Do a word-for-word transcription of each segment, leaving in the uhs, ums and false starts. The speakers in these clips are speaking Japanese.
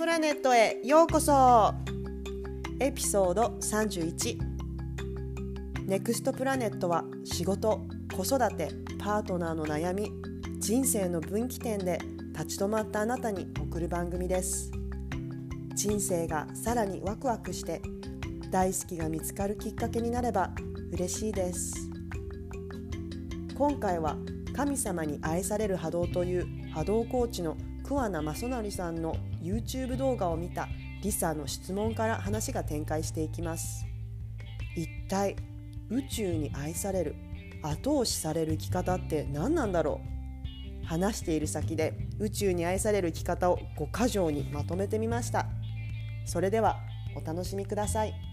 プラネットへようこそ。エピソードさんじゅういち。ネクストプラネットは仕事、子育て、パートナーの悩み、人生の分岐点で立ち止まったあなたに送る番組です。人生がさらにワクワクして大好きが見つかるきっかけになれば嬉しいです。今回は神様に愛される波動という波動コーチの桑名正則さんの YouTube 動画を見たリサの質問から話が展開していきます。一体宇宙に愛される、後押しされる生き方って何なんだろう。話している先で宇宙に愛される生き方をごか条にまとめてみました。それではお楽しみください。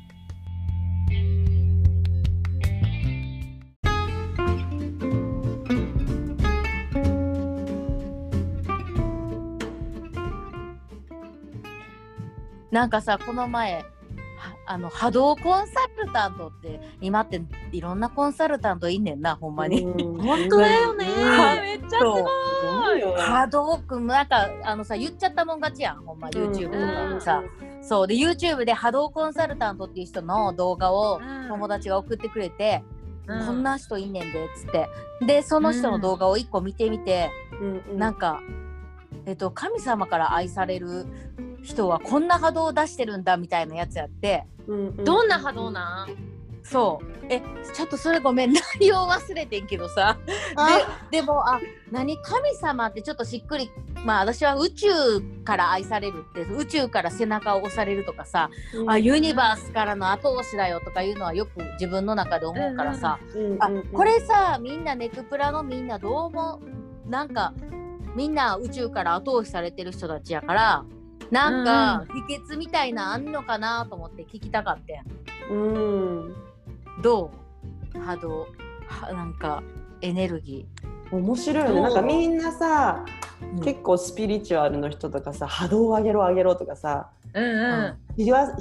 なんかさ、この前あの波動コンサルタントって今っていろんなコンサルタントいんねんな、ほんまに。 本当だよね。めっちゃすごい。 波動くんなんかあのさ言っちゃったもん勝ちやん、ほんま YouTube とかさ、うん、そうで YouTube で波動コンサルタントっていう人の動画を友達が送ってくれて、うん、こんな人いんねんでっつって、でその人の動画をいっこ見てみて、うん、なんかえっと神様から愛される人はこんな波動を出してるんだみたいなやつやって、 うんうん、どんな波動なん？ そうえちょっとそれごめん内容忘れてんけどさで, でもあ何神様ってちょっとしっくり、まあ私は宇宙から愛されるって宇宙から背中を押されるとかさ、うん、あユニバースからの後押しだよとかいうのはよく自分の中で思うからさ、うんうん、あこれさみんなネクプラのみんなどう思う？なんかみんな宇宙から後押しされてる人たちやからなんか秘訣みたいなあんのかなと思って聞きたかったん。うんどう波動はなんかエネルギー面白いよね。なんかみんなさ、うん、結構スピリチュアルの人とかさ波動を上げろ上げろとかさ、うんうん、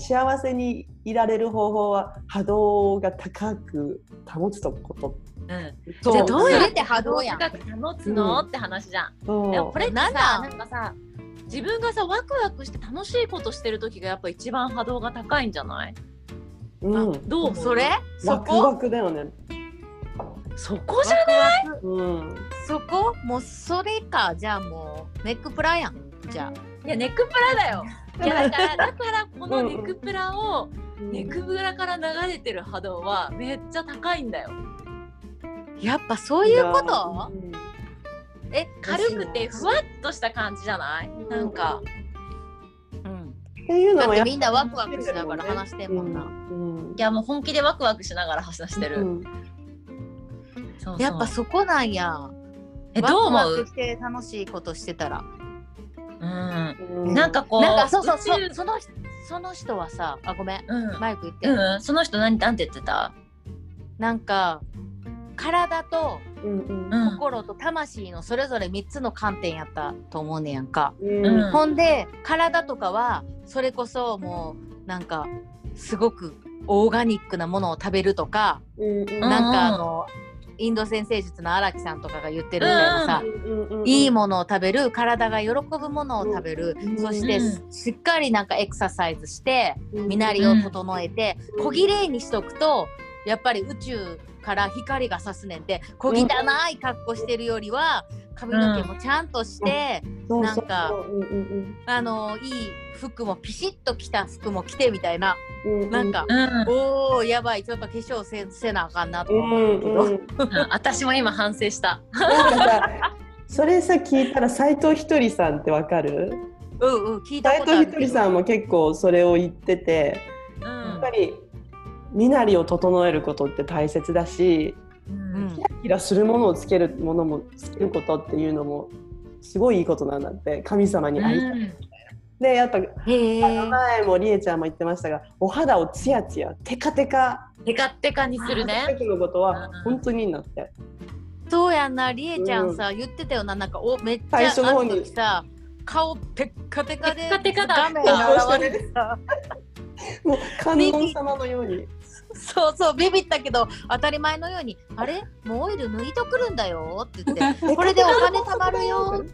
幸せにいられる方法は波動が高く保つこと、 うん、そうじゃあどうやって波動を高く保つの、うん、って話じゃん。でもこれってさなんかさ自分がさワクワクして楽しいことしてる時がやっぱ一番波動が高いんじゃない？ うん、どうそれ？ ワクワクだよね。 そこじゃない？ うん、そこもうそれか。じゃあもうネックプラやん。じゃあいやネックプラだよ。いやだからだからこのネックプラを、うん、ネックプラから流れてる波動はめっちゃ高いんだよ。 やっぱそういうこと？ え軽くてふわっとした感じじゃない？なんか、 うん、っていうのもだってみんなワクワクしながら話してんもんな、 うんうん、いやもう本気でワクワクしながら話してる、うん、 そうそうやっぱそこなんや。 えどう思う？ ワクワクして楽しいことしてたら、 うんうん、なんかこうなんかそうそうそそのその人はさあごめん、うん、マイク言って、 うん、その人何なんて言ってた？ なんか体とうんうん、心と魂のそれぞれみっつの観点やったと思うねやんか、うん、ほんで体とかはそれこそもうなんかすごくオーガニックなものを食べるとか、うんうん、なんかあのインド先生術の荒木さんとかが言ってるみたいなさ、うん、いいものを食べる体が喜ぶものを食べる、うん、そしてしっかりなんかエクササイズして身なりを整えて、うん、小綺麗にしとくとやっぱり宇宙から光が差すねんて小汚い格好してるよりは髪の毛もちゃんとして、うん、なんかあのいい服もピシッと着た服も着てみたいな、うん、なんか、うん、おーやばいちょっと化粧 せ, せなあかんなと思うけど、うんうん、 私も今反省した。 なんかさそれさ聞いたら斉藤ひとりさんってわかる？ うんうん聞いたことある。 斉藤ひとりさんも結構それを言ってて、うん、やっぱり身なりを整えることって大切だし、うん、キラキラするものをつけるものもつけることっていうのもすごいいいことなんだって。神様に愛されるみたいな、うん、でやっぱあの前もりえちゃんも言ってましたがお肌をツヤツヤテカテカテカテカにするね時のことは本当にいいんだって、 うん、そうやんなりえちゃんさ、うん、言ってたよな。なんかおめっちゃ最初の方にさ顔テッカテカでテカテカだ画面が現れてさもう観音様のようにそうそうビビったけど当たり前のようにあれもうオイル抜いとくるんだよって言ってこれでお金貯まるよ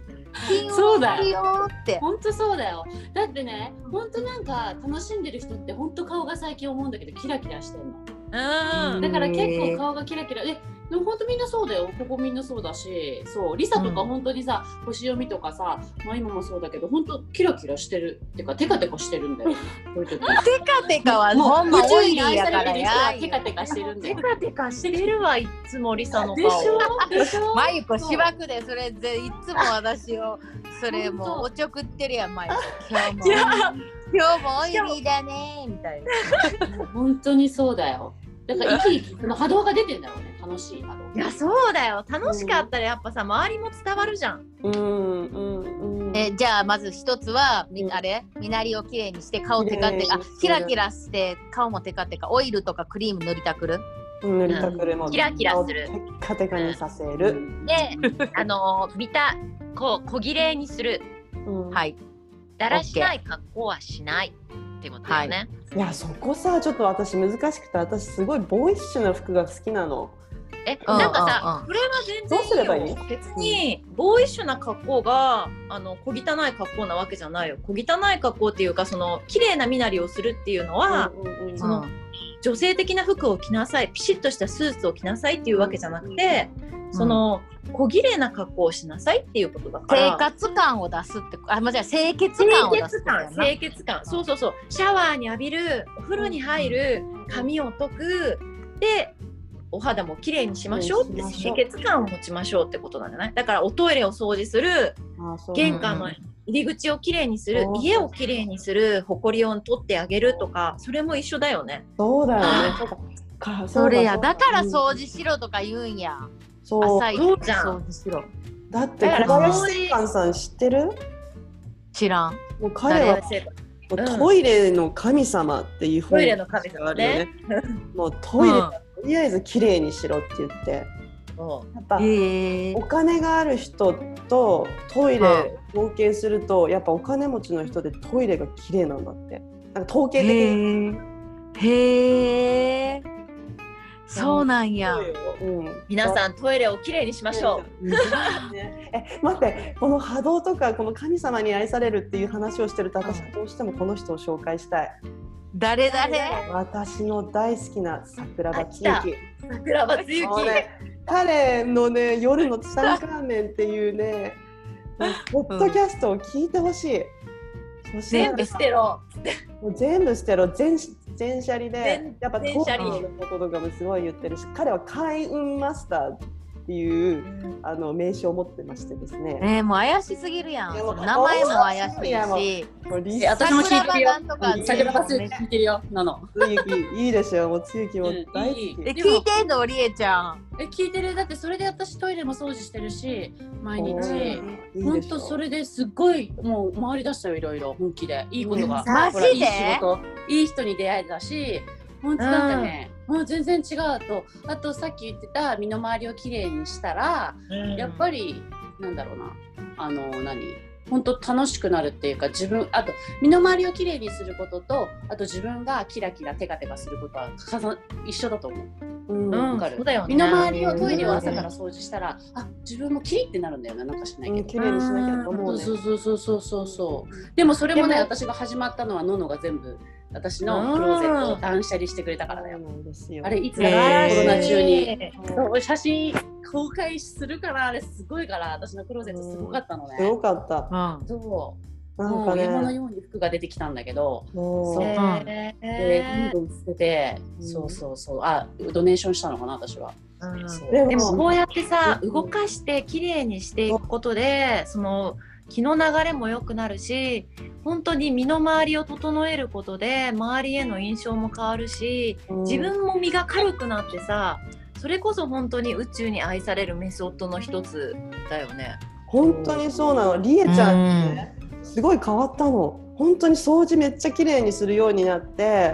金運あるよって。 本当そうだよ。だってね、本当なんか楽しんでる人って本当顔が最近思うんだけどキラキラしてんの。うん、だから結構顔がキラキラで、でも本当みんなそうだよ。ここみんなそうだし、そうリサとか本当にさ、うん、星読みとかさ、まあ今もそうだけど本当キラキラしてるってかテカテカしてるんだよ。こういう時テカテカはほんまオイリーやからや。 テカテカしてるんだよ。 テカテカしてるわ、いつもリサの顔。 でしょでしょ。 マユコしばくでそれぜいつも私をそれもうおちょくってるやんマユコ。今日も今日もオイリーだねみたいな。 本当にそうだよ。だから生き生きその波動が出てんだろうね。楽しい波動。 いやそうだよ。楽しかったらやっぱさ、うん、周りも伝わるじゃん。うんうんうん。えじゃあまず一つは、うん、あれ身なりをきれいにして顔テカテカキラキラして顔もテカテカオイルとかクリーム塗りたくる。 塗りたくるも、 うん、キラキラする。 テカテカにさせる。うん、 であのビタこう小綺麗にする。 うん、はい。 だらしない格好はしない。ってことだよね。 はい、いやそこさちょっと私難しくて、私すごいボーイッシュな服が好きなの。 えなんかさ、これは全然いいよ。どうすればいい？別にボーイッシュな格好があの小汚い格好なわけじゃないよ。小汚い格好っていうかその綺麗な身なりをするっていうのは、うんうんうん、その、うん、女性的な服を着なさい、ピシッとしたスーツを着なさいっていうわけじゃなくて、うん、その小綺麗な格好をしなさいっていうことだから。 生活感を出すってあ間違え清潔感を出すってことやな。清潔感、そうそうそう。シャワーに浴びる、お風呂に入る、髪を解くでお肌も綺麗にしましょうって清潔感を持ちましょうってことなんじゃない？だからおトイレを掃除する、玄関の入り口をきれいにする、家をきれいにする、ほこりを取ってあげるとか、それも一緒だよね。 そうだよね。 かそれやだから掃除しろとか言うんや。 そう朝一じゃん。掃除しろ。 だって小林正観さん知ってる？ 知らん。 もう彼はトイレの神様っていうトイレの神様ね。 もうトイレとりあえずきれいにしろって言って、やっぱ、えー、お金がある人とトイレ合計するとやっぱお金持ちの人でトイレがきれいなんだって。なんか統計的に。 へー。そうなんや、 うん、皆さんトイレをきれいにしましょう。 え待ってこの波動とかこの神様に愛されるっていう話をしてると私はどうしてもこの人を紹介したい。 誰誰？ 私の大好きな桜庭つゆき。 桜庭つゆき、 ね、彼のね夜のツタンカーメンっていうねポッドキャストを聞いてほしい。 うん、全部捨てろもう全部捨てろ。全全シャリでやっぱトークのこととかもすごい言ってるし、彼は開運マスターっていう、うん、あの名称を持ってましてですね。 えー、もう怪しすぎるやん。名前も怪しいし。 私も聞いてるよ。桜庭つゆき聞いてるよ。なの。 つゆきいいでしょ。もうつゆきも大好き。 え聞いてんのりえちゃん。 え聞いてる。だってそれで私トイレも掃除してるし毎日。本当それですごいもう回り出したよいろいろ本気でいいことが。 マジで？ いい仕事、いい人に出会えたし。本当なんかね、うん、もう全然違うと、あとさっき言ってた身の回りをきれいにしたら、うん、やっぱりなんだろうな、あの何本当楽しくなるっていうか、自分あと身の回りをきれいにすることと、あと自分がキラキラテカテカすることは一緒だと思う。うん、分かる。そうだよね。身の回りをトイレを朝から掃除したら、うん、あ自分もキリってなるんだよな、なんかしないけど。 きれいにしなきゃと思うね。 そうそうそうそうそうそう。でもそれもね、私が始まったのはののが全部。私のクローゼットを断捨離してくれたからだよ。あれいつだかコロナ中にそう写真公開するからあれすごいから私のクローゼットすごかったのね。 すごかった。 そうもう山のように服が出てきたんだけど、そうでどんどん捨てて、そうそうそうあドネーションしたのかな私は。でもこうやってさ動かしてきれいにしていくことでその気の流れも良くなるし、本当に身の回りを整えることで周りへの印象も変わるし、うん、自分も身が軽くなってさ、それこそ本当に宇宙に愛されるメソッドの一つだよね。 本当にそうなの。りえちゃんって、ね、うん、すごい変わったの。本当に掃除めっちゃ綺麗にするようになって、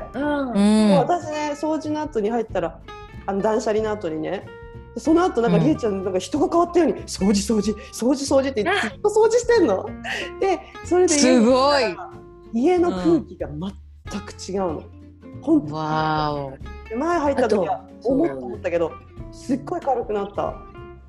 うん、私ね掃除の後に入ったらあの断捨離の後にね、その後なんかりえちゃんなんか人が変わったように、うん、掃除掃除掃除掃除ってずっと掃除してんので、それですごい家の空気が全く違うの、うん、本当にわー前入った時は思った思ったけどすっごい軽くなった。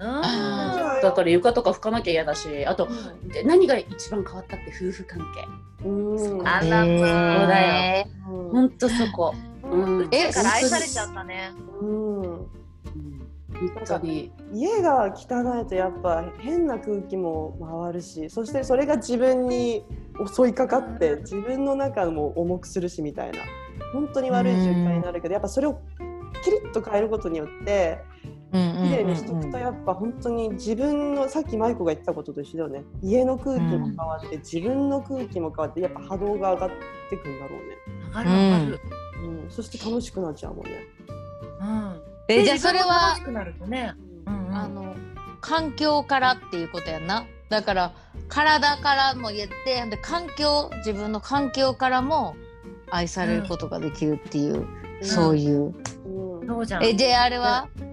だから床とか拭かなきゃ嫌だし、あと、うん、で何が一番変わったって夫婦関係。 うん、あらまあ、 そうだよ。ほんとそこ。 うん、え、だから愛されちゃったね。 うん。 本当に家が汚いとやっぱ変な空気も回るし、そしてそれが自分に襲いかかって自分の中も重くするしみたいな、本当に悪い循環になるけど、やっぱそれをキリッと変えることによってきれいにしとくと、やっぱ本当に自分の、さっきマイコが言ってたことと一緒だよね。家の空気も変わって自分の空気も変わって、やっぱ波動が上がってくんだろうね。 上がる上がる、 うん、そして楽しくなっちゃうもんね。 うん、え、じゃあそれは楽しくなるとね、うんうん、あの環境からっていうことやんな。だから体からも言って、で環境、自分の環境からも愛されることができるっていう、うん、そういう、うんうん、そうじゃん。え、であれは、うん、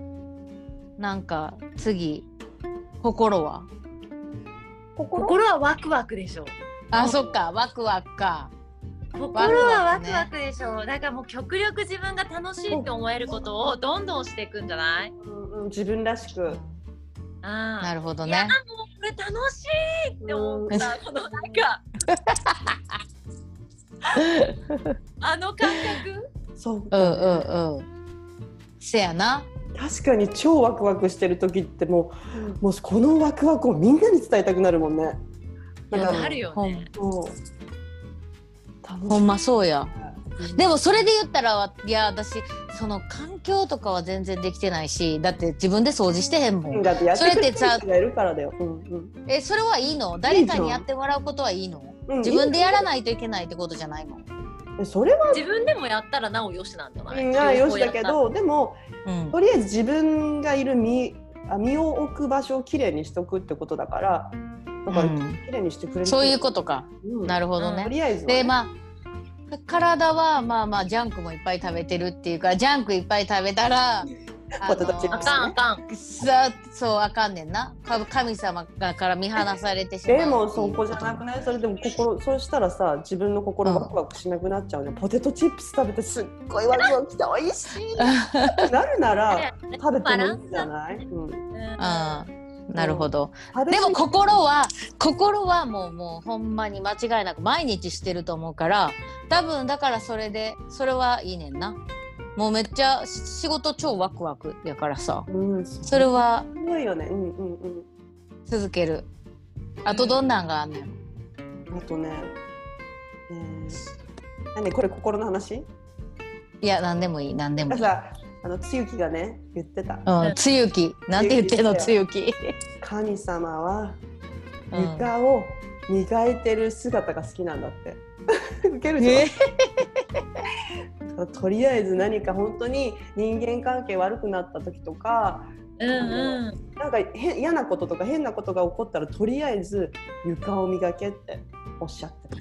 なんか次心は心心はワクワクでしょ。あ、そっか、ワクワクか。心はワクワクでしょ。だからもう極力自分が楽しいって思えることをどんどんしていくんじゃない？ うんうん、自分らしく。 あ、なるほどね。いや、もうこれ楽しいって思った、このなんかあの感覚。そう。うんうんうん。せやな。 確かに超ワクワクしてる時ってもう、もうこのワクワクをみんなに伝えたくなるもんね。 なんかあるよね。ほんまそうや。でもそれで言ったら、いや私その環境とかは全然できてないし、だって自分で掃除してへんもん。 だってやってくれる人がいるからだよ。うんうん、 え、それはいいの？誰かにやってもらうことはいいの？いい自分でやらないといけないってことじゃないの？ それは自分でもやったらなおよしなんじゃない？ いやよしだけど、でも、うん、とりあえず自分がいる身、身を置く場所をきれいにしとくってことだから、だからきれいにしてくれる、 そういうことか、うん、なるほどね。 とりあえずはね、 で、まあ体はまあまあジャンクもいっぱい食べてるっていうか、ジャンクいっぱい食べたらポテトチップスね、 あかんあかん、さそうあかんねんな。神様から見放されてしまう。 でもそこじゃなくない？それでも心、そうしたらさ、自分の心ワクワクしなくなっちゃうね、うん、ポテトチップス食べてすっごいワクワクしておいしいなるなら食べてもいいんじゃない？うん、 あー、なるほど。でも心は心はもうもうほんまに間違いなく毎日してると思うから、多分だからそれでそれはいいねんな。もうめっちゃ仕事超ワクワクやからさ、うん、それはすごいよね。うんうんうん。 続ける。あとどんなんがあんねん？ あとね、えー、何これ心の話？ いや、なんでもいい、なんでもいい。 さ、あのつゆきがね言ってた。 うん、つゆきなんて言ってんの？つゆき。 神様は床を磨いてる姿が好きなんだって。ウケるじゃん。えー、とりあえず何か本当に人間関係悪くなった時とか、うんうん、なんか嫌なこととか変なことが起こったらとりあえず床を磨けっておっしゃってます。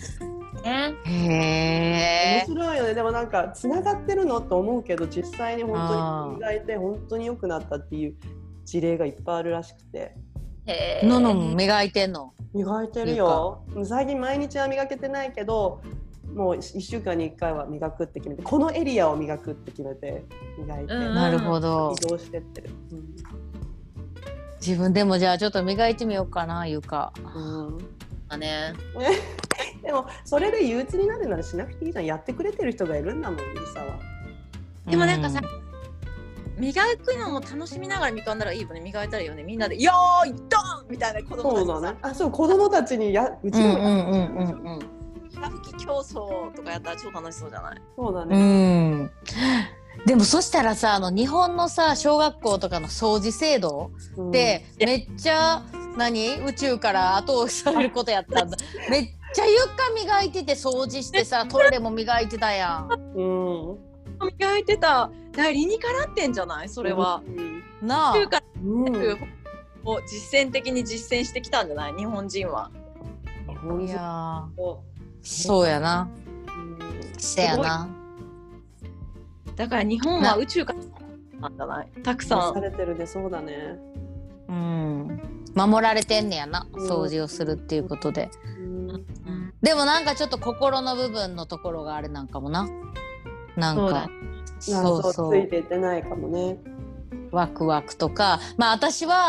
へー、面白いよね。でもなんかつながってるのと思うけど、実際に本当に磨いて本当に良くなったっていう事例がいっぱいあるらしくて。 へー、ののも磨いてんの？ 磨いてるよ。最近毎日は磨けてないけど、もういっしゅうかんにいっかいは磨くって決めて、このエリアを磨くって決めて磨いて、うん、 なるほど、 移動してってる、うん、 自分でもじゃあちょっと磨いてみようかな、床、うん、あねでもそれで憂鬱になるならしなくていいじゃん。やってくれてる人がいるんだもん、リサは。 でもなんかさ、うん、磨くのも楽しみながら磨んだらいいよね。磨いたらいいよね。みんなでよーいドンみたいな子供たち。 そうだね。あ、そう、子供たちにやうちのうんうんうんうんうん吹き競争とかやったら超楽しそうじゃない？ そうだね。 うん。でもそしたらさ、あの日本のさ小学校とかの掃除制度ってめっちゃ何宇宙から後押しされることやったんだ。めっちゃ床磨いてて掃除してさ、トイレも磨いてたやん。 うん。磨いてた。理にかなってんじゃない？それは。 うん、なあ。宇宙からを実践的に実践してきたんじゃない？日本人は。 いやそうやな、せやな。だから日本は宇宙からなんじゃない？たくさんされてるね。そうだね。 うん、守られてんねやな、掃除をするっていうことで、うんうん、でもなんかちょっと心の部分のところがあれなんかもな。なんかそうそう、ついていってないかもね。 ワクワクとか、まあ私は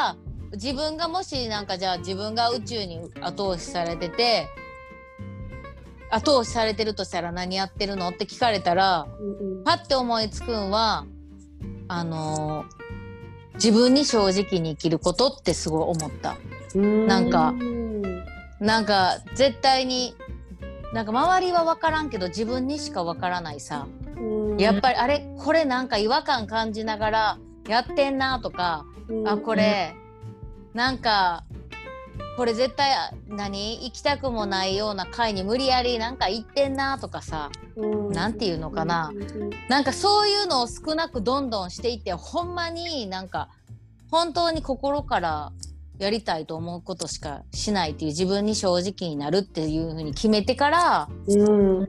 自分がもしなんかじゃあ自分が宇宙に後押しされてて後押しされてるとしたら何やってるのって聞かれたら、うんうん、パッて思いつくんはあのー、自分に正直に生きることってすごい思った。んなんかなんか絶対になんか周りは分からんけど自分にしか分からないさ、やっぱりあれこれなんか違和感感じながらやってんなとか、あこれなんかこれ絶対何行きたくもないような会に無理やりなんか行ってんなとかさ、なんていうのかな、なんかそういうのを少なくどんどんしていってほんまになんか本当に心からやりたいと思うことしかしないっていう自分に正直になるっていう風に決めてから、うんうん、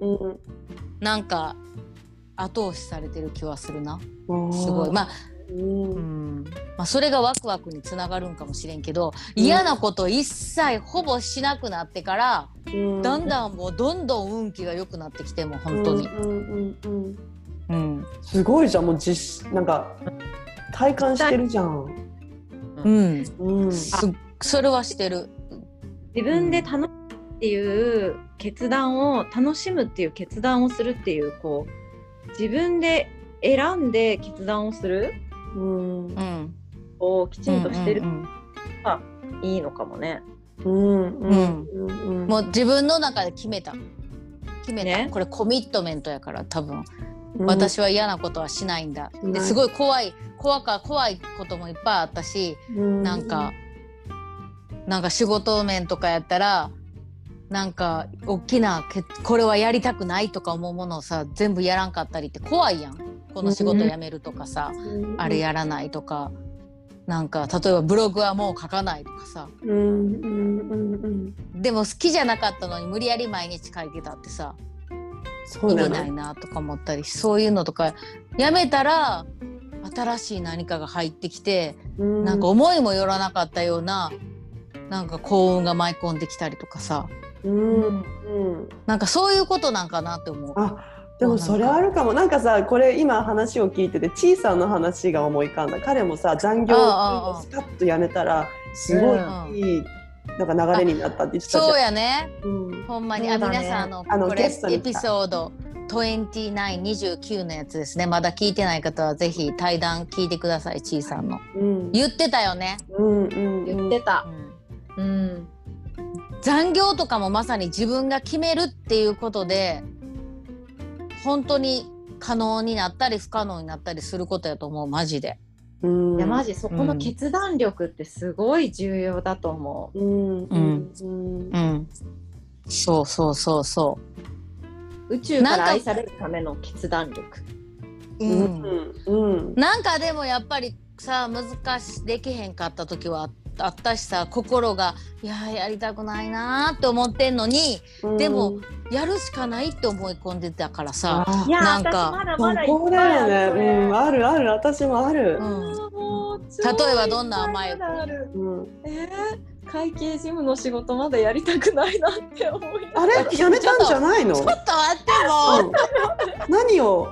なんか後押しされてる気はするな。すごいまあうんうんまあ、それがワクワクにつながるんかもしれんけど、嫌なこと一切ほぼしなくなってから、うん、だんだんもうどんどん運気が良くなってきても本当に、うんうんうんうん、すごいじゃん。もう実なんか体感してるじゃん。 うんうん、そ, それはしてる。 自分で楽しむっていう決断を楽しむっていう決断をするっていうこう自分で選んで決断をする、うんうん、をきちんとしてるがいいのかもね。 うんうんうん、もう自分の中で決めた決めた、ね、これコミットメントやから多分、うん、私は嫌なことはしないんだ、うん、ですごい怖い怖か怖いこともいっぱいあったし、うん、なんかなんか仕事面とかやったらなんか大きなこれはやりたくないとか思うものをさ全部やらんかったりって怖いやん。この仕事辞めるとかさ、うん、あれやらないとか、なんか例えばブログはもう書かないとかさ、うんうんうんうん、でも好きじゃなかったのに無理やり毎日書いてたってさ、意味ないなとか思ったり、そういうのとかやめたら新しい何かが入ってきて、うん、なんか思いもよらなかったようななんか幸運が舞い込んできたりとかさ、うんうん、なんかそういうことなんかなって思う。 あでもそれあるかも。なんかさこれ今話を聞いててちいさんの話が思い浮かんだ。彼もさ残業をスカッとやめたらすごいいいなんか流れになったって言ってたじゃん。 そうやね、うん、ほんまに、ね、あ皆さんあのあのこれエピソードにじゅうきゅう、にじゅうきゅうのやつですね。まだ聞いてない方はぜひ対談聞いてください。ちいさんの、うん、言ってたよね、うんうん、 言ってた、 うんうん、残業とかもまさに自分が決めるっていうことで本当に可能になったり不可能になったりすることやと思う。マジで。 うんいやマジそこの決断力ってすごい重要だと思う。うんうんうんうん、そうそうそうそう。宇宙から愛されるための決断力。 うんうん、なんかでもやっぱりさ難しできへんかった時はあったしさ、心がいややりたくないなって思ってんのに、うん、でもやるしかないって思い込んでたからさ、 いやなんかまだまだそうだよね、うん、あるある私もある、うん、 例えばどんな甘い子、 うんえー、会計事務の仕事まだやりたくないなって思いあれやめたんじゃないの？ ちょっと待っても、 うん、何を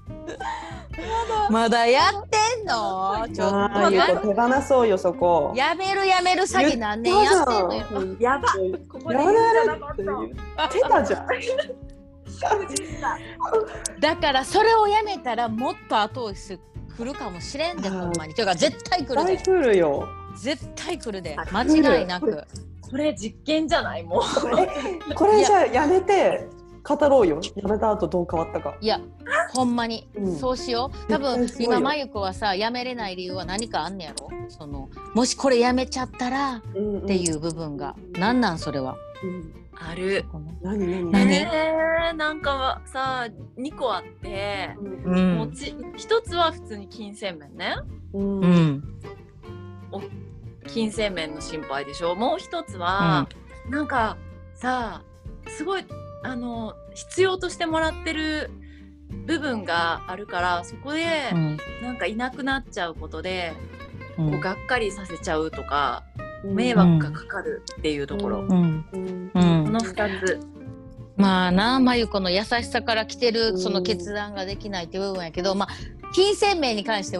まだやってんの？ちょっとや手放そうよそこ。 やめるやめる詐欺何年やってんのよ。 やばここで言うんじゃなかった。言ってたじゃん。 だからそれをやめたらもっと後押し来るかもしれんで、ほんまに。というか絶対来るで。 絶対来るよ。 絶対来るで。間違いなく。 これ実験じゃないもう。 これじゃあやめて。語ろうよ。やめた後どう変わったか。 いやほんまに、うん、そうしよう。多分今まゆこはさやめれない理由は何かあんねやろ。そのもしこれやめちゃったら、うんうん、っていう部分が、うん、なんなんそれは、 うん、ある。 何何何、えー、なんかさにこあって、うん、もち一つは普通に金銭面ね、うんうん、お金銭面の心配でしょ。もう一つは、うん、なんかさすごいあの必要としてもらってる部分があるから、そこで、うん、なんかいなくなっちゃうことで、うん、こうがっかりさせちゃうとか、うん、迷惑がかかるっていうところ、うんうん、このふたつ。 まあな、まゆこの優しさから来てるその決断ができないっていう部分やけど、まあ金銭面に関しては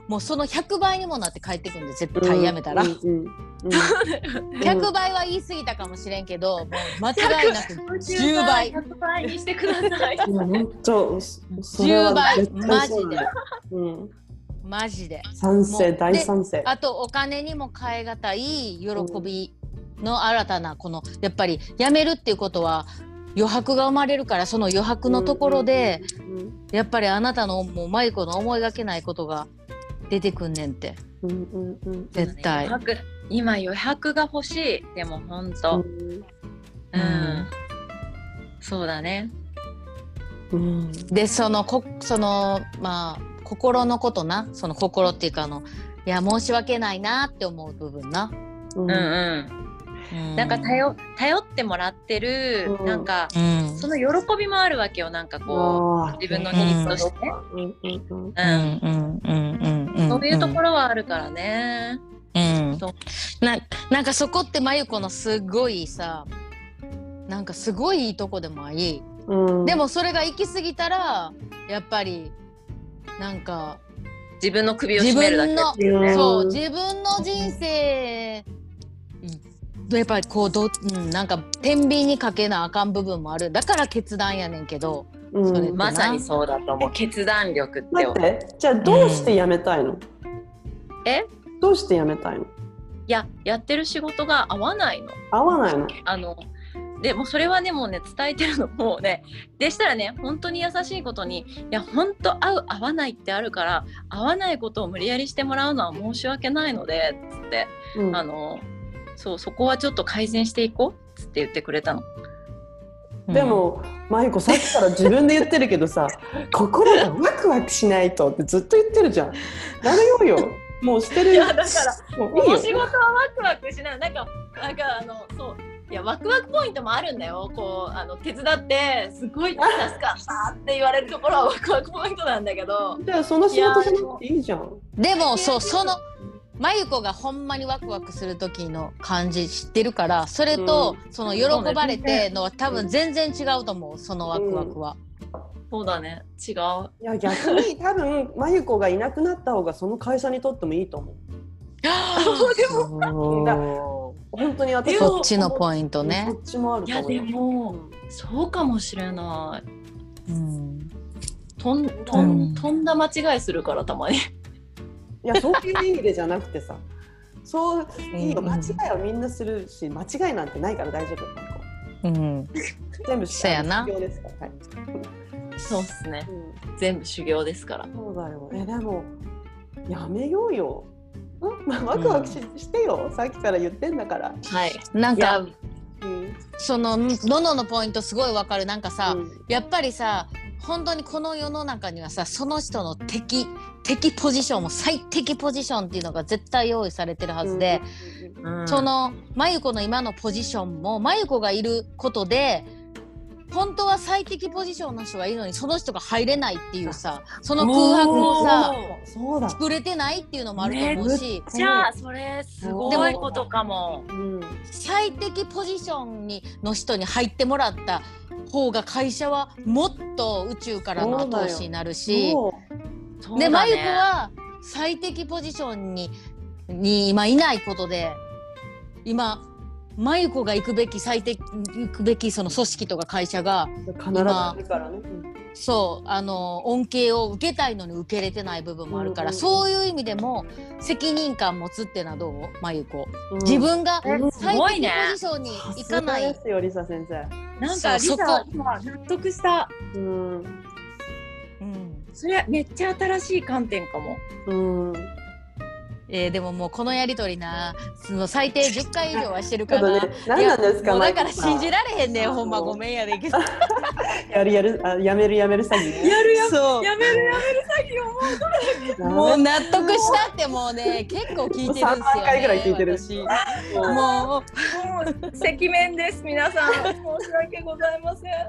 もうそのひゃくばいにもなって帰ってくるんで絶対やめたら、うんうんうん、ひゃくばいは言い過ぎたかもしれんけど、もう間違いなくじゅうばいひゃくばいにしてください。 本当じゅうばいマジで、うん、マジで賛成、大賛成。 あとお金にも代え難い喜びの新たなこのやっぱりやめるっていうことは余白が生まれるから、その余白のところでやっぱりあなたのもうマユコの思いがけないことが出てくんねんって、うんうんうん、絶対余白、今余白が欲しい。でも本当、うん、うん、そうだね、 うん、でそのこそのまあ心のことな、その心っていうかあのいや申し訳ないなって思う部分な、 うんうんうん、なんか 頼, 頼ってもらってる、うん、なんか、うん、その喜びもあるわけよ。なんかこう自分のニーズとしてね、そういうところはあるからね、 うん、な, なんかそこってまゆこのすごいさ、なんかすごいいいとこでもあり、うん、でもそれが行き過ぎたらやっぱりなんか自分の首を絞めるだけっていうね。 そう、自分の人生やっぱりこうど、うん、なんか天秤にかけなあかん部分もある。だから決断やねんけど、 うん、それまさにそうだと思う。決断力って。 待って、じゃあどうして辞めたいの？うん、 え？ どうして辞めたいの？いや、やってる仕事が合わないの。 合わないの？ あのでもそれはね、もうね伝えてるのもうね、でしたらね、本当に優しいことに、いや本当合う合わないってあるから、合わないことを無理やりしてもらうのは申し訳ないのでつって、うん、あのそう、そこはちょっと改善していこうつって言ってくれたの。 でもまゆこさっきから自分で言ってるけどさ心がワクワクしないとってずっと言ってるじゃん。やめようよ。もうしてる。 いやだからもうこの仕事はワクワクしない。なんかなんかあのそういやワクワクポイントもあるんだよ。こうあの手伝ってすごい助かったって言われるところはワクワクポイントなんだけど。 じゃあその仕事じゃなくていいじゃん。 でもそうそのまゆこがほんまにワクワクする時の感じ知ってるから、それと、うん、その喜ばれてのは多分全然違うと思う、そのワクワクは、 うん、そうだね、違う。 いや逆に多分まゆこがいなくなった方がその会社にとってもいいと思う。 でも本当に私そっちのポイントね。 そっちもあると思う。 いやでも、うん、そうかもしれない、うん、とんとん、うん、とんだ間違いするからたまに。 いやそういう意味でじゃなくてさ、そういいよ、間違いはみんなするし、間違いなんてないから大丈夫。うん、全部修行ですから。はい、 そうっすね、うん、全部修行ですから。 そうだよ。えでもやめようよ。ん、まあ、ワクワク し,、うん、してよ。さっきから言ってんだから。 はい。なんか、うん、そののののポイントすごいわかる。なんかさ、うん、やっぱりさ。本当にこの世の中にはさ、その人の敵敵ポジションも最適ポジションっていうのが絶対用意されてるはずで、うん、そのまゆこの今のポジションもまゆこがいることで本当は最適ポジションの人がいるのにその人が入れないっていうさ、その空白をさ作れてないっていうのもあると思うし、 じゃあそれすごいことかも。 うん、最適ポジションにの人に入ってもらった方が会社はもっと宇宙からの後押しになるし、でまゆこは最適ポジションにに今いないことで、今まゆこが行くべき最適行くべきその組織とか会社が今必ずからね、 そうあの恩恵を受けたいのに受けれてない部分もあるから、うんうん、そういう意味でも責任感持つってのはどう？まゆこ、うん、自分が最適ポジションに行かない。 さすがですよリサ先生。 なんかリサ今納得した。うん、うん、それめっちゃ新しい観点かも。うん、 えー、でももうこのやりとりな、その最低じゅっかい以上はしてるから、 ね、何なんですか。 もうだから信じられへんねん、ほんまごめんやでけど。 やるやる、あ、やめるやめる詐欺、ね、 やるやそうやめるやめる詐欺をもうもう納得したってもうね結構聞いてるんですよね。さんかいぐらい聞いてるし、 もうもう赤面です皆さん、申し訳ございません。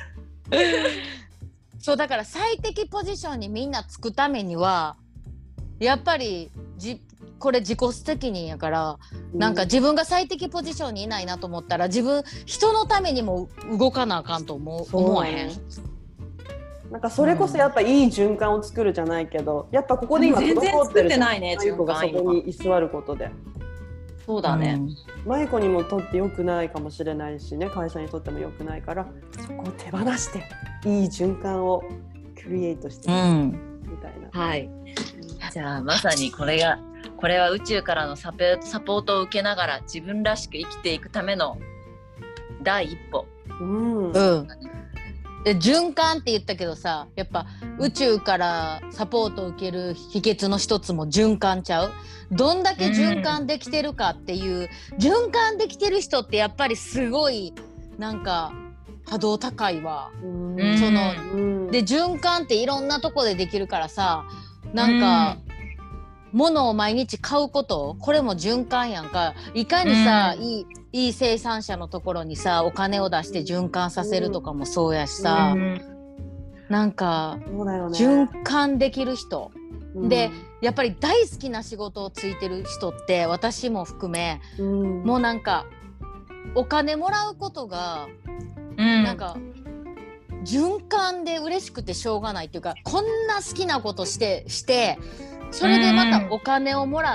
そうだから最適ポジションにみんなつくためにはやっぱりじこれ自己責任やから、うん、なんか自分が最適ポジションにいないなと思ったら自分人のためにも動かなあかんと思う思わへん。 なんかそれこそやっぱいい循環を作るじゃないけど、やっぱここで今全然作ってないね、 マユコがそこに居座ることで。 そうだね。 マユコにもとって良くないかもしれないしね、会社にとっても良くないから、そこを手放していい循環をクリエイトしてみたいな。 はい。じゃあまさにこれがこれは宇宙からのサポサポートを受けながら自分らしく生きていくための第一歩。 うん。 うん。で循環って言ったけどさ、やっぱ宇宙からサポートを受ける秘訣の一つも循環ちゃう。どんだけ循環できてるかっていう、うん、循環できてる人ってやっぱりすごいなんか波動高いわ。うん、その、うん、で循環っていろんなとこでできるからさ、なんか、うん、物を毎日買うこと、これも循環やんか。いかにさ、うん、いいいい生産者のところにさお金を出して循環させるとかもそうやしさ、うん、なんか、そうだよね、循環できる人、うん、でやっぱり大好きな仕事をついてる人って私も含め、うん、もうなんかお金もらうことが、うん、なんか循環で嬉しくてしょうがないっていうか、こんな好きなことしてしてそれでまたお金をもらって、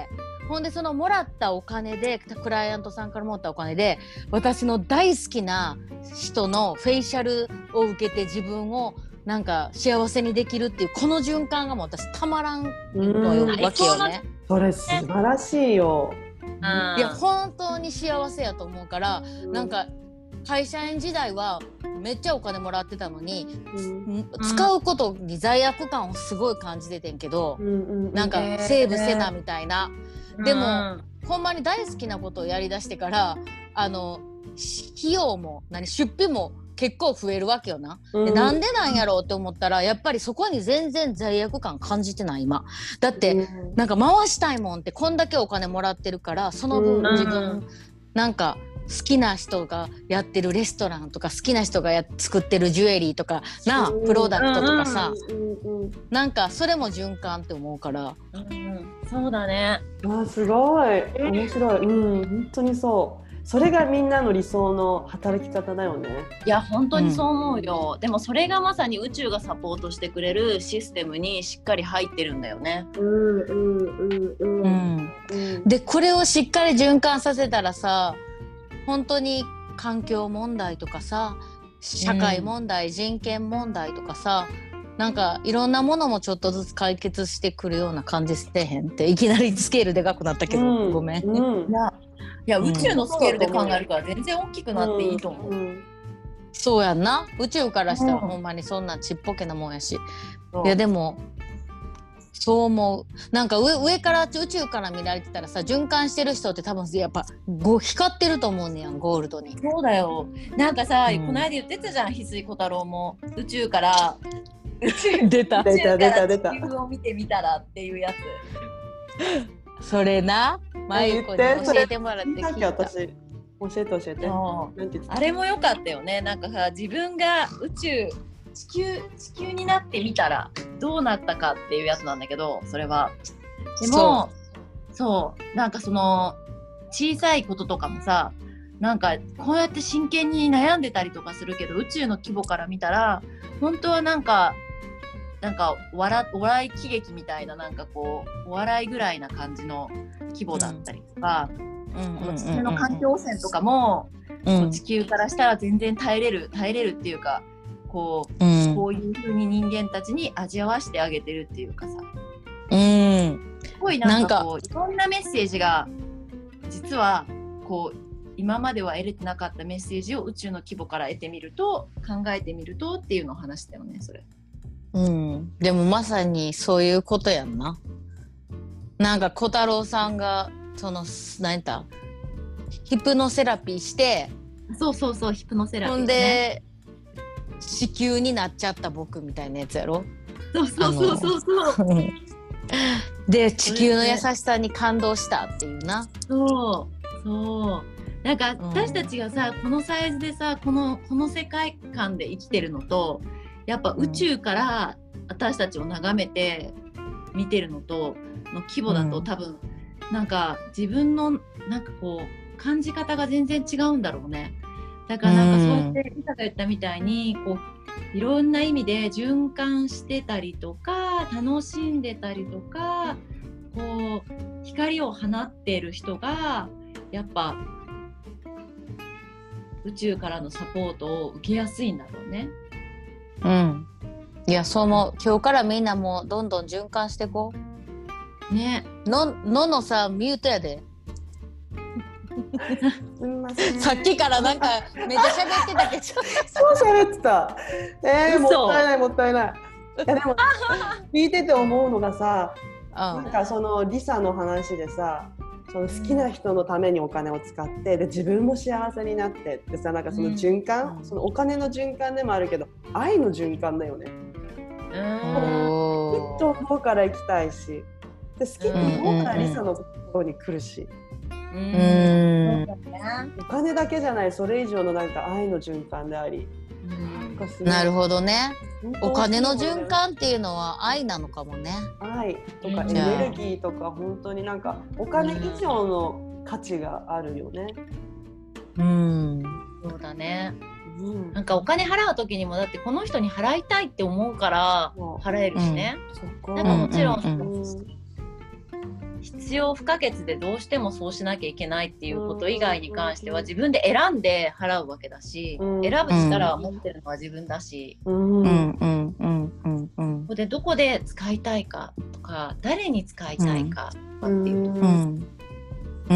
うん、ほんでそのもらったお金でクライアントさんからもらったお金で私の大好きな人のフェイシャルを受けて自分をなんか幸せにできるっていうこの循環がもう私たまらんのよ、わけよね。 それ素晴らしいよ。 いや本当に幸せやと思うから、うん、なんか会社員時代はめっちゃお金もらってたのに、うん、使うことに罪悪感をすごい感じててんけど、うん、なんかセーブせなみたいな、えー、でも、うん、ほんまに大好きなことをやりだしてからあの費用も何出費も結構増えるわけよな、うん、でなんでなんやろうって思ったらやっぱりそこに全然罪悪感感じてない今だって、うん、なんか回したいもんってこんだけお金もらってるからその分自分、うん、なんか好きな人がやってるレストランとか好きな人がや作ってるジュエリーとかな、うん、プロダクトとかさ、うんうん、なんかそれも循環って思うから、 うん、そうだね。 あすごい面白い、うん、本当にそうそれがみんなの理想の働き方だよね。 いや本当にそう思うよ、うん、でもそれがまさに宇宙がサポートしてくれるシステムにしっかり入ってるんだよね。うんうんうんうんうん、でこれをしっかり循環させたらさ本当に環境問題とかさ社会問題、うん、人権問題とかさなんかいろんなものもちょっとずつ解決してくるような感じしてへんっていきなりスケールでかくなったけど、うん、ごめん、うん、 いや、いや宇宙のスケールで考えるから全然大きくなっていいと思う、うんうん、 そうやんな宇宙からしたらほんまにそんなちっぽけなもんやし、うん、いやでもそう思う。なんか 上, 上から宇宙から見られてたらさ循環してる人って多分やっぱご光ってると思うねやんゴールドに。 そうだよなんかさ、うん、この間言ってたじゃん翡翠小太郎も宇宙から宇宙出た宇宙から地球を見てみたらっていうやつそれなまゆこに教えてもらって聞いた。 私教えて教えてあれも良かったよね。なんかさ自分が宇宙地球地球になってみたらどうなったかっていうやつなんだけどそれはでもそうそうなんかその小さいこととかもさなんかこうやって真剣に悩んでたりとかするけど宇宙の規模から見たら本当はなんかなんか笑、笑い喜劇みたいななんかこうお笑いぐらいな感じの規模だったりとか、この地球の環境汚染とかも、うん、地球からしたら全然耐えれる耐えれるっていうかこう、うん、こういう風に人間たちに味わわしてあげてるっていうかさ、うん、すごいなんかこういろんなメッセージが実はこう今までは得れてなかったメッセージを宇宙の規模から得てみると考えてみるとっていうのを話したよねそれ。 うん、でもまさにそういうことやんな。なんか小太郎さんがその何だヒプノセラピーしてそうそうそうヒプノセラピー、ね、 ほんで子宮になっちゃった僕みたいなやつやろ。 そうそうそうそうそうで地球の優しさに感動したっていうな。 そうそうなんか私たちがさ、うん、このサイズでさこのこの世界観で生きてるのとやっぱ宇宙から私たちを眺めて見てるのとの規模だと、うん、多分なんか自分のなんかこう感じ方が全然違うんだろうね。だからなんかそうやってリサが言ったみたいにこういろんな意味で循環してたりとか楽しんでたりとかこう光を放っている人がやっぱ宇宙からのサポートを受けやすいんだろうね。 うん。いやそう思う。今日からみんなもうどんどん循環してこう。ね。のののさミュートやで。 すみません。 さっきからなんかめっちゃ喋ってたけど。 そう喋ってた。えー、もったいないもったいない。いやでも聞いてて思うのがさ、なんかそのリサの話でさ、その好きな人のためにお金を使ってで自分も幸せになってってさ、なんかその循環、うん、そのお金の循環でもあるけど愛の循環だよね。うん、ずっと思うから行きたいし、で好きって思うからリサのところに来るし。うん、お金だけじゃない、それ以上のなんか愛の循環であり、 うん、なるほどね。お金の循環っていうのは愛なのかもね。 愛とかエネルギーとか本当になんかお金以上の価値があるよね。 うん、そうだね。うん、なんかお金払う時にもだってこの人に払いたいって思うから払えるしね。うん、なんかもちろん、うんうんうん、必要不可欠でどうしてもそうしなきゃいけないっていうこと以外に関しては自分で選んで払うわけだし、うん、選ぶ力は持ってるのは自分だし、うんうんうんうんうん、でどこで使いたいかとか誰に使いたいかとかっていうと、うんうん、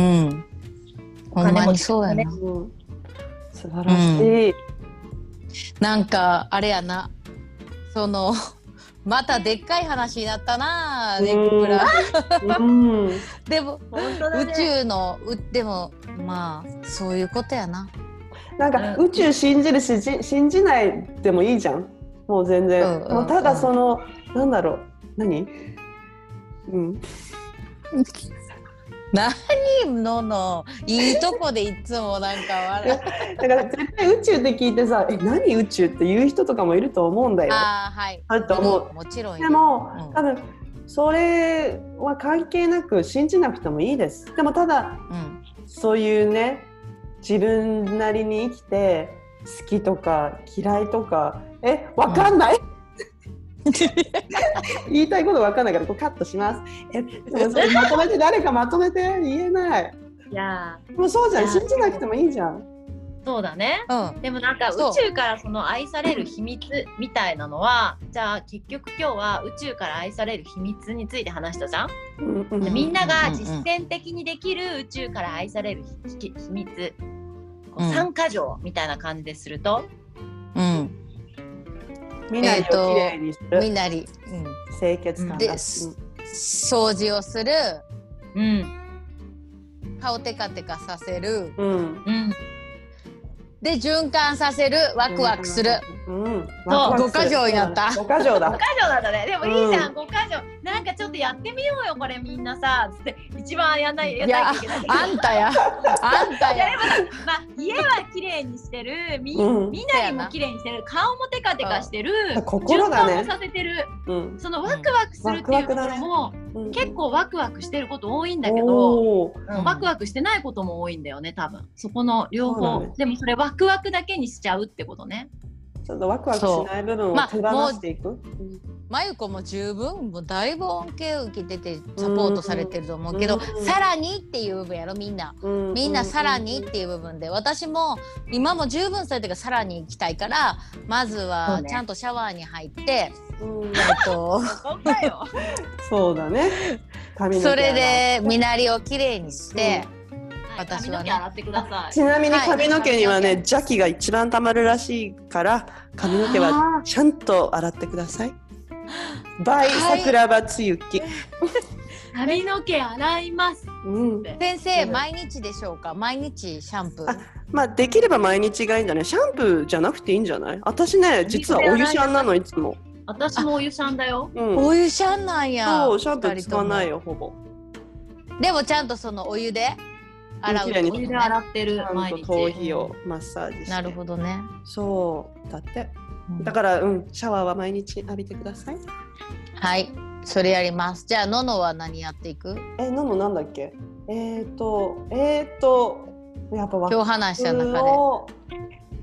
ほんまにそうやな、うん、 素晴らしい、うん、 なんかあれやな、そのまたでっかい話になったな、ネックプラでも、ね、宇宙のでもまあそういうことやな。 なんか宇宙信じるし信じないでもいいじゃん、もう全然、うんうん、もうただその、うん、なんだろう何うん何ののいいとこでいつもなんか笑うだから絶対宇宙って聞いてさ、え何宇宙って言う人とかもいると思うんだよ。 あ、はい、 あと思う。 もちろんでも、うん、多分それは関係なく信じなくてもいいです。でもただ、うん、そういうね自分なりに生きて好きとか嫌いとかえわかんない、うん言いたいこと分かんないからこうカットします。えまとめて誰かまとめて言えない。いやもうそうじゃん、信じなくてもいいじゃん。 そうだね、うん、でもなんか宇宙からその愛される秘密みたいなのはじゃあ結局今日は宇宙から愛される秘密について話したじゃん、うんうん、みんなが実践的にできる宇宙から愛される秘密、こうさんか条みたいな感じですると、うん身なりをきれいにする、 身なり、うん、 清潔感で、うん、掃除をする、うん、顔テカテカさせる、うんうん、で循環させる、ワクワクする、うんうん、そうごか条になった。 ごか条だ。 ごか条だったね。でもいいじゃん、うん、ごか条。なんかちょっとやってみようよこれみんなさ。つって一番やんないやんないといけない。 あんたや。あんたや。 まあ家は綺麗にしてる、み、うん、みなりも綺麗にしてる、顔もテカテカしてる、 心がね、 循環もさせてる、うん、そのワクワクするっていうところも、うん、結構ワクワクしてること多いんだけど、うん、ワクワクしてないことも多いんだよね多分。そこの両方、ね、でもそれワクワクだけにしちゃうってことね。 ちょっとワクワクしない部分を手放していく、まあ、 まゆこも十分もうだいぶ恩恵を受けててサポートされてると思うけど、うんうん、さらにっていう部分やろみんな、うんうん、みんなさらにっていう部分で、私も今も十分それとかさらに行きたいから、まずはちゃんとシャワーに入って、うん、えっとそうだね、 それで身なりをきれいにして、うん私はね、髪の毛洗ってください。 ちなみに髪の毛にはね、はい、邪気が一番たまるらしいから髪の毛はちゃんと洗ってください。バイ桜庭つゆき。 髪の毛洗います、 うん、先生毎日でしょうか？毎日シャンプー？ あ、まあできれば毎日がいいんだね。シャンプーじゃなくていいんじゃない？私ね実はお湯シャンなのいつも。 私もお湯シャンだよ、 うん、お湯シャンなんや。 そう、シャンプー使わないよほぼ。 でもちゃんとそのお湯で洗う、 お湯で洗ってる毎日。頭皮をマッサージして。 なるほどね。 そうだって、うん、だからうんシャワーは毎日浴びてください。 はい、それやります。じゃあののは何やっていく？ え、ののなんだっけ？えっとえっとやっぱ今日話した中で、うん、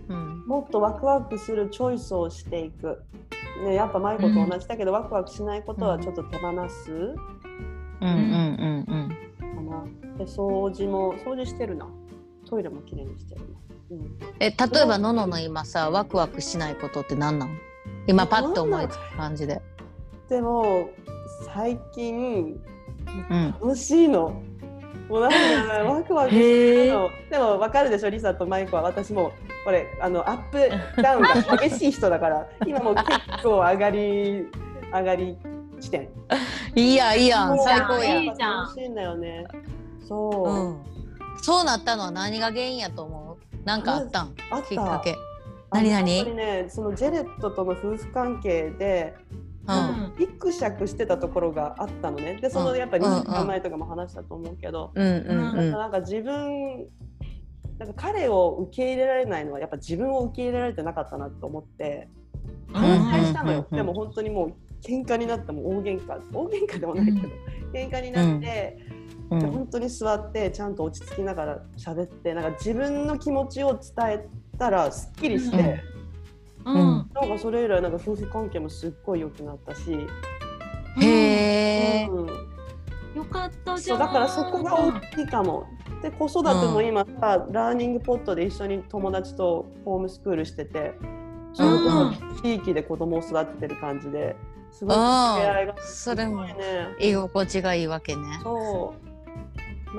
もっとワクワクするチョイスをしていく、ね、やっぱマイコと同じだけど、うん、ワクワクしないことはちょっと手放す、うん、うんうんうんかな。で掃除も掃除してるな、トイレもきれいにしてるな、うん、 え例えばののの今さワクワクしないことって何なの？今パッと思いつく感じで。 でも最近楽しいの、うん、もうなんかワクワクするの。でも分かるでしょリサとマイコは。私もこれあのアップダウンが激しい人だから今もう結構上がり上がり地点。 いいやいいやん最高やん。 いいじゃん。楽しいんだよね。そう、うん、 そうなったのは何が原因やと思う？なんかあったん？ あったきっかけ。何何？ やっぱりねそのジェレットとの夫婦関係でギクシャクしてたところがあったのね。でそのやっぱりにしゅうかんまえとかも話したと思うけど、うんうんうん、なんか自分なんか彼を受け入れられないのはやっぱ自分を受け入れられてなかったなと思って反対したのよ、うんうんうんうん、でも本当にもう喧嘩になっても大喧嘩大喧嘩でもないけど、うん、喧嘩になって、うん、で本当に座ってちゃんと落ち着きながら喋ってなんか自分の気持ちを伝えたらすっきりして、うんうん、なんかそれ以来なんか夫婦関係もすっごい良くなったし、 へー、うん、 よかったじゃん。そうだからそこが大きいかも。で子育ても今さ、うん、ラーニングポットで一緒に友達とホームスクールしててその地域で子供を育ててる感じですごい掛け合いがすごいね。それも居心地がいいわけね。 そう、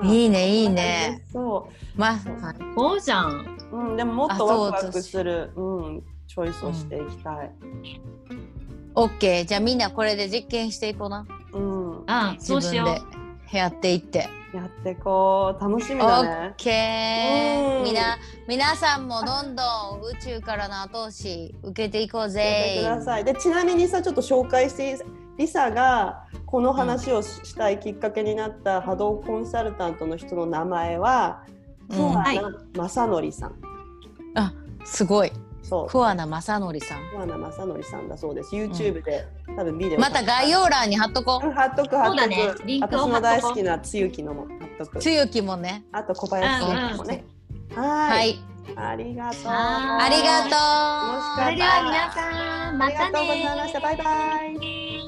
まあ、いいねいいね。 そうまあ最高じゃん、 うん、でももっとワクワクする、うん、チョイスをしていきたい。 オッケー、じゃあみんなこれで実験していこうな。 うん、 ああそうしよう。 自分でやっていってやってこう。楽しみだね。 オッケー。みな皆さんもどんどん宇宙からの後押し受けていこうぜ。 やってください。でちなみにさちょっと紹介していい？リサがこの話をしたいきっかけになった波動コンサルタントの人の名前は桑名正則さん、うん、 あすごい。 そう桑名正則さん。 桑名正則さんだそうです。 YouTube で、うん、多分ビデオまた概要欄に貼っとこう。 貼っとく貼っとく。 そうだね、リンクを貼っとこう。 私の大好きなつゆきのも貼っとく。 つゆきもね。 あと小林さんもね、うんうん、はい、はい、ありがとう。 ありがとう。 それでは皆さんまたね。 ありがとうございました。バイバイ。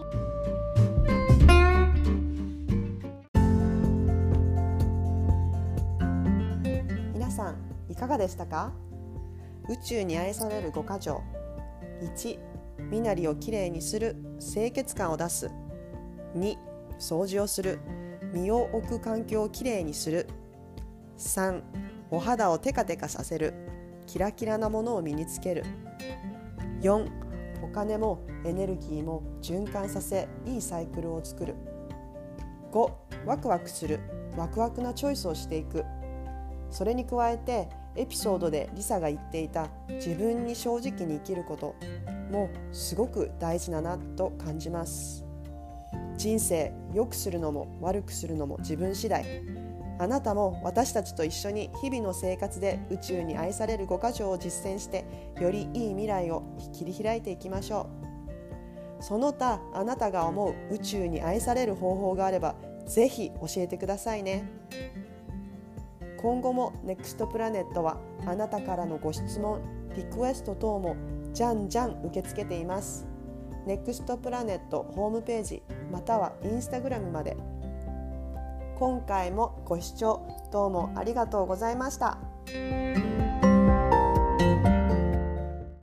皆さんいかがでしたか？宇宙に愛されるごか条。いち、身なりをきれいにする、清潔感を出す。に、掃除をする、身を置く環境をきれいにする。さん、お肌をテカテカさせる、キラキラなものを身につける。よん、お金もエネルギーも循環させ、いいサイクルを作る。ご、ワクワクする、ワクワクなチョイスをしていく。それに加えてエピソードでリサが言っていた自分に正直に生きることもすごく大事だなと感じます。人生良くするのも悪くするのも自分次第。あなたも私たちと一緒に日々の生活で宇宙に愛されるごか条を実践してよりいい未来を切り開いていきましょう。その他あなたが思う宇宙に愛される方法があればぜひ教えてくださいね。今後もネクストプラネットはあなたからのご質問、リクエスト等もじゃんじゃん受け付けています。ネクストプラネットホームページまたはインスタグラムまで。今回もご視聴どうもありがとうございました。